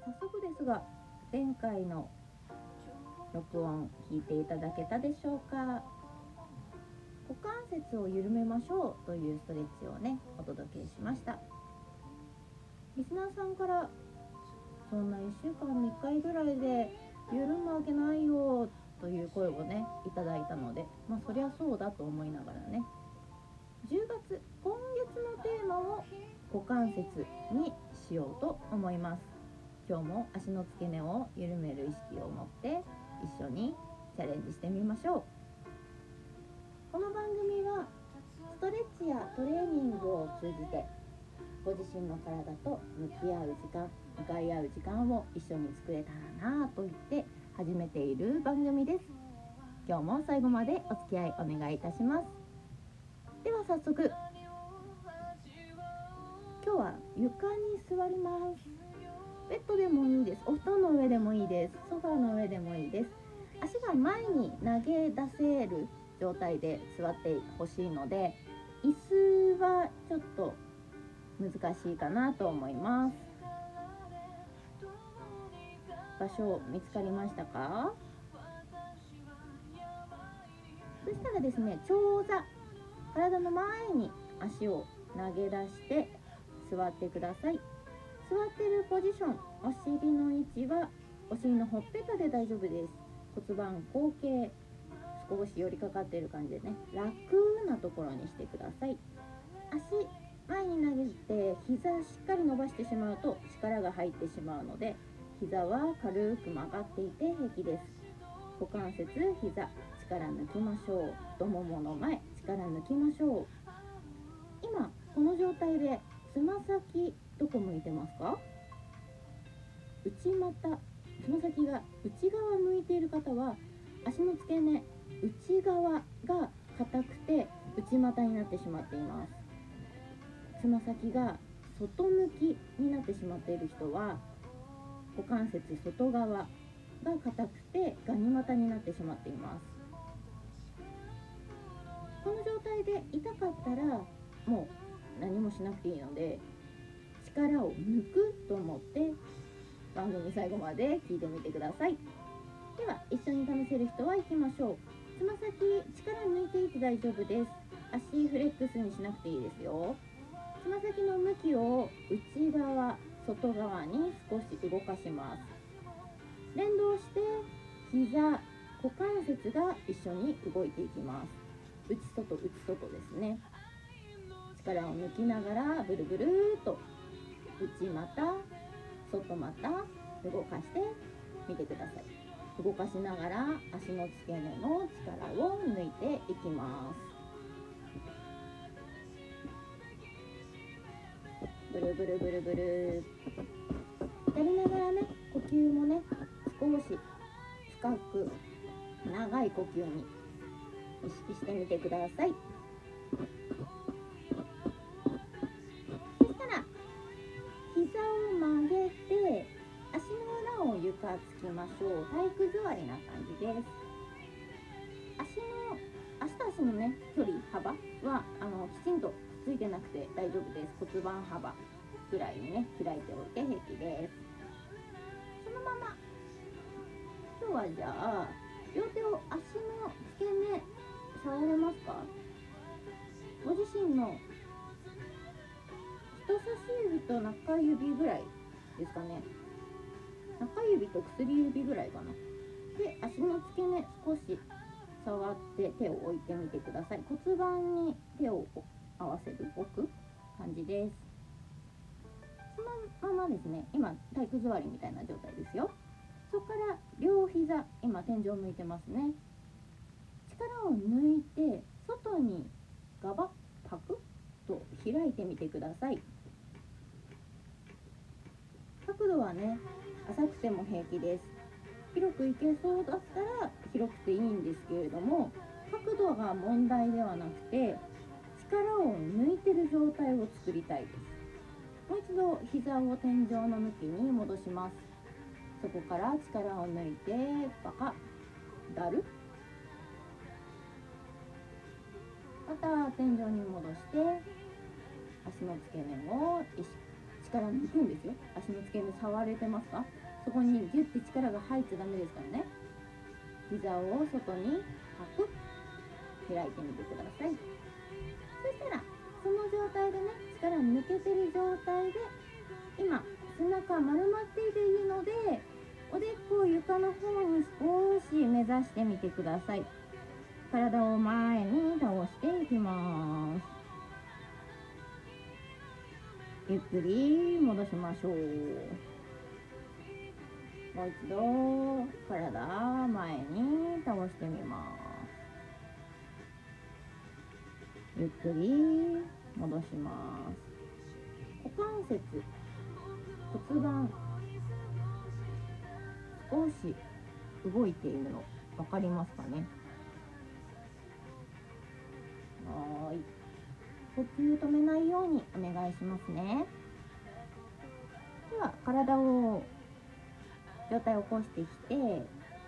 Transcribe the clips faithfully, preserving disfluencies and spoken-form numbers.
早速ですが、前回の録音聞いていただけたでしょうか。股関節を緩めましょうというストレッチをねお届けしました。リスナーさんからそんないっしゅうかんにいっかいぐらいで緩むわけないよという声をねいただいたので、まあそりゃそうだと思いながらね、じゅうがつ今月のテーマを股関節にしようと思います。今日も足の付け根を緩める意識を持って一緒にチャレンジしてみましょう。この番組はストレッチやトレーニングを通じてご自身の体と向き合う時間、向かい合う時間を一緒に作れたらなと言って始めている番組です。今日も最後までお付き合いお願いいたします。では早速、今日は床に座ります。ベッドでもいいです。お布団の上でもいいです。ソファーの上でもいいです。足が前に投げ出せる状態で座ってほしいので、椅子はちょっと難しいかなと思います。場所見つかりましたか？そしたらですね、長座、体の前に足を投げ出して座ってください。座っているポジション、お尻の位置はお尻のほっぺたで大丈夫です。骨盤後傾、少し寄りかかっている感じでね、楽なところにしてください。足前に投げて膝しっかり伸ばしてしまうと力が入ってしまうので、膝は軽く曲がっていて平気です。股関節、膝、力抜きましょう。太ももの前、力抜きましょう。今この状態でつま先どこ向いてますか？内股、つま先が内側向いている方は足の付け根、内側が硬くて内股になってしまっています。つま先が外向きになってしまっている人は股関節外側が硬くてガニ股になってしまっています。この状態で痛かったらもう何もしなくていいので、力を抜くと思って番組最後まで聞いてみてください。では一緒に試せる人は行きましょう。つま先力抜いていて大丈夫です。足フレックスにしなくていいですよ。つま先の向きを内側、外側に少し動かします。連動して膝、股関節が一緒に動いていきます。内外内外ですね。力を抜きながらブルブルーと内股、外股動かしてみてください。動かしながら足の付け根の力を抜いていきます。ブルブルブルブルやりながらね、呼吸もね少し深く長い呼吸に意識してみてください。そしたら膝を曲げて足の裏を床つきましょう。体育座りな感じです。足の足と足のね距離幅はあのきちんとくっついてなくて大丈夫です。骨盤幅ぐらいにね開いておいて平気です。そのまま今日はじゃあ両手を足の付け根触れますか？ご自身の人差し指と中指ぐらいですかね。中指と薬指ぐらいかな。で足の付け根少し触って手を置いてみてください。骨盤に手を合わせる置く感じです。そのままですね、今体育座りみたいな状態ですよ。そこから両膝、今天井向いてますね。力を抜いて外にガバッパクッと開いてみてください。角度はね浅くても平気です。広くいけそうだったら広くていいんですけれども、角度が問題ではなくて力を抜いてる状態を作りたいです。もう一度膝を天井の向きに戻します。そこから力を抜いてバカダル、また天井に戻して足の付け根を意識力抜くんですよ。足の付け根触れてますか？そこにギュッて力が入っちゃダメですからね。膝を外にパクッ開いてみてください。そしたらその状態でね、力抜けてる状態で今背中丸まっていていいので、おでこを床の方に少し目指してみてください。体を前に倒していきます。ゆっくり戻しましょう。もう一度体前に倒してみます。ゆっくり戻します。股関節、骨盤、少し動いているの分かりますかね？はーい。呼吸止めないようにお願いしますね。では体を状態を起こしてきて、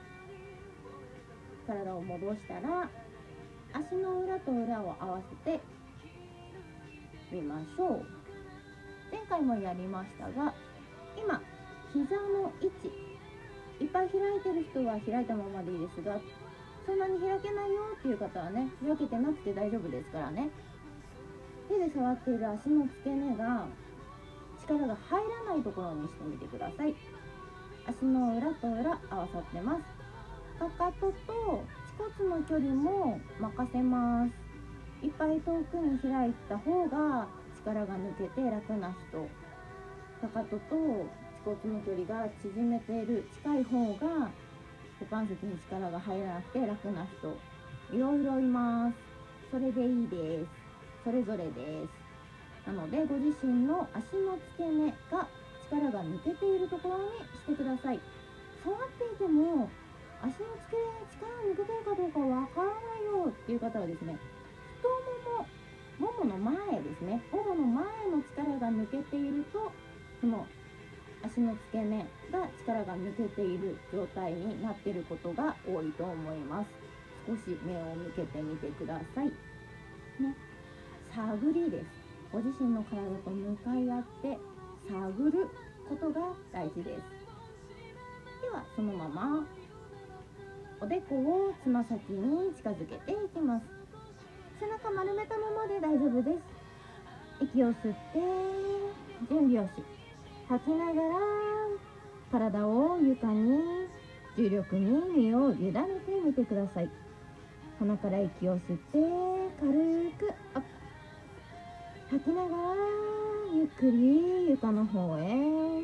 体を戻したら足の裏と裏を合わせてみましょう。前回もやりましたが、今膝の位置いっぱい開いてる人は開いたままでいいですが、そんなに開けないよっていう方はね、開けてなくて大丈夫ですからね。手で触っている足の付け根が力が入らないところにしてみてください。足の裏と裏合わさってます。かかとと恥骨の距離も任せます。いっぱい遠くに開いた方が力が抜けて楽な人、かかとと恥骨の距離が縮めている近い方が股関節に力が入らなくて楽な人、いろいろいます。それでいいです。それぞれです。なのでご自身の足の付け根が力が抜けているところにしてください。触っていても足の付け根に力が抜けてるかどうかわからないよっていう方はですね、太もも、ももの前ですね、ももの前の力が抜けていると、その足の付け根が力が抜けている状態になっていることが多いと思います。少し目を向けてみてくださいね。探りです。ご自身の体と向かい合って探ることが大事です。ではそのままおでこをつま先に近づけていきます。背中丸めたままで大丈夫です。息を吸って準備をし、吐きながら体を床に重力に身を委ねてみてください。鼻から息を吸って軽くアップ、吐きながらゆっくり床の方へ。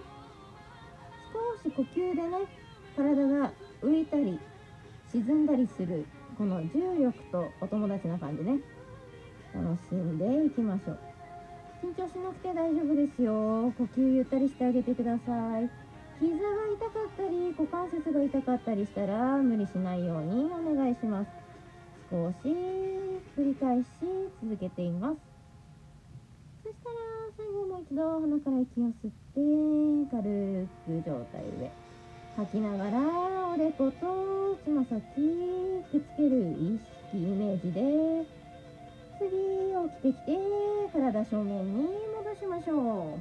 少し呼吸でね、体が浮いたり沈んだりするこの重力とお友達な感じね、楽しんでいきましょう。緊張しなくて大丈夫ですよ。呼吸ゆったりしてあげてください。膝が痛かったり股関節が痛かったりしたら無理しないようにお願いします。少し繰り返し続けています。そしたら最後もう一度鼻から息を吸って軽く上体上、吐きながらおでことつま先くっつける意識イメージで、次起きてきて体正面に戻しましょう。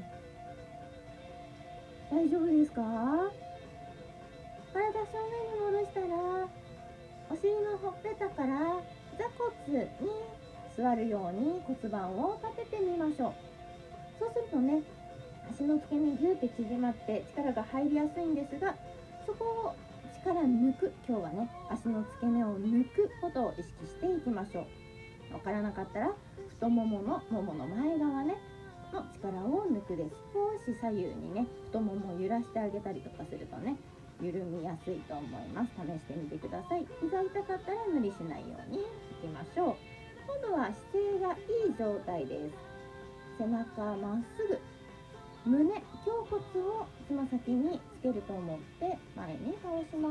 大丈夫ですか？体正面に戻したらお尻のほっぺたから座骨に座るように骨盤を立ててみましょう。そうするとね、足の付け根ギューって縮まって力が入りやすいんですが、そこを力抜く、今日はね足の付け根を抜くことを意識していきましょう。わからなかったら太もものももの前側ねの力を抜くです。少し左右にね太ももを揺らしてあげたりとかするとね緩みやすいと思います。試してみてください。膝痛かったら無理しないようにいきましょう。今度は姿勢がいい状態です。背中まっすぐ、胸、胸骨をつま先につけると思って前に倒します。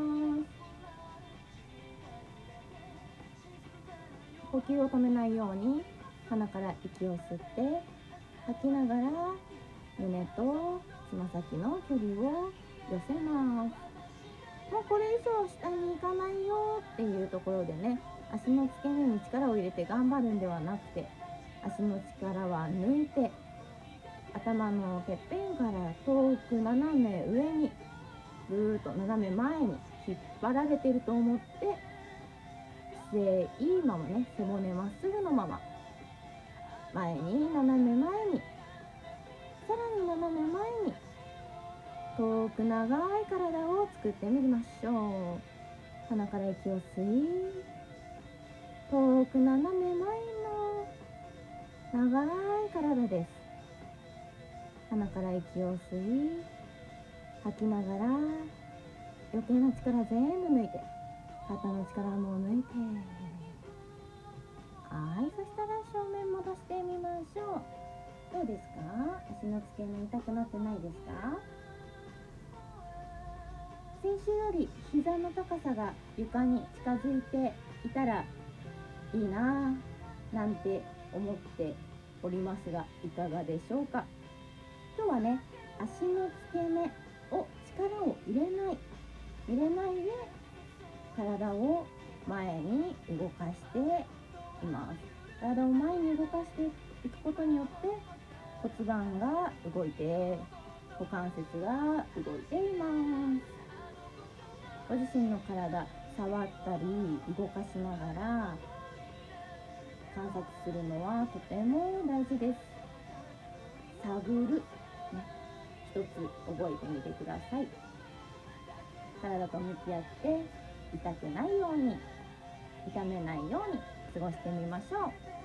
呼吸を止めないように鼻から息を吸って吐きながら胸とつま先の距離を寄せます。もうこれ以上下に行かないよっていうところでね、足の付け根に力を入れて頑張るんではなくて、足の力は抜いて頭のてっぺんから遠く斜め上にぐーっと斜め前に引っ張られていると思って、姿勢いいままね、背骨まっすぐのまま前に斜め前に、さらに斜め前に遠く長い体を作ってみましょう。鼻から息を吸い、遠く斜め前の長い体です。鼻から息を吸い、吐きながら余計な力全部抜いて、肩の力も抜いて、はい、そしたら正面戻してみましょう。どうですか？足の付け根痛くなってないですか？先週より膝の高さが床に近づいていたらいいなぁなんて思っておりますが、いかがでしょうか？今日はね、足の付け根を力を入れない入れないで体を前に動かしています。体を前に動かしていくことによって骨盤が動いて股関節が動いています。ご自身の体触ったり動かしながら観察するのはとても大事です。探る、ね、一つ覚えてみてください。体と向き合って痛くないように、痛めないように過ごしてみましょう。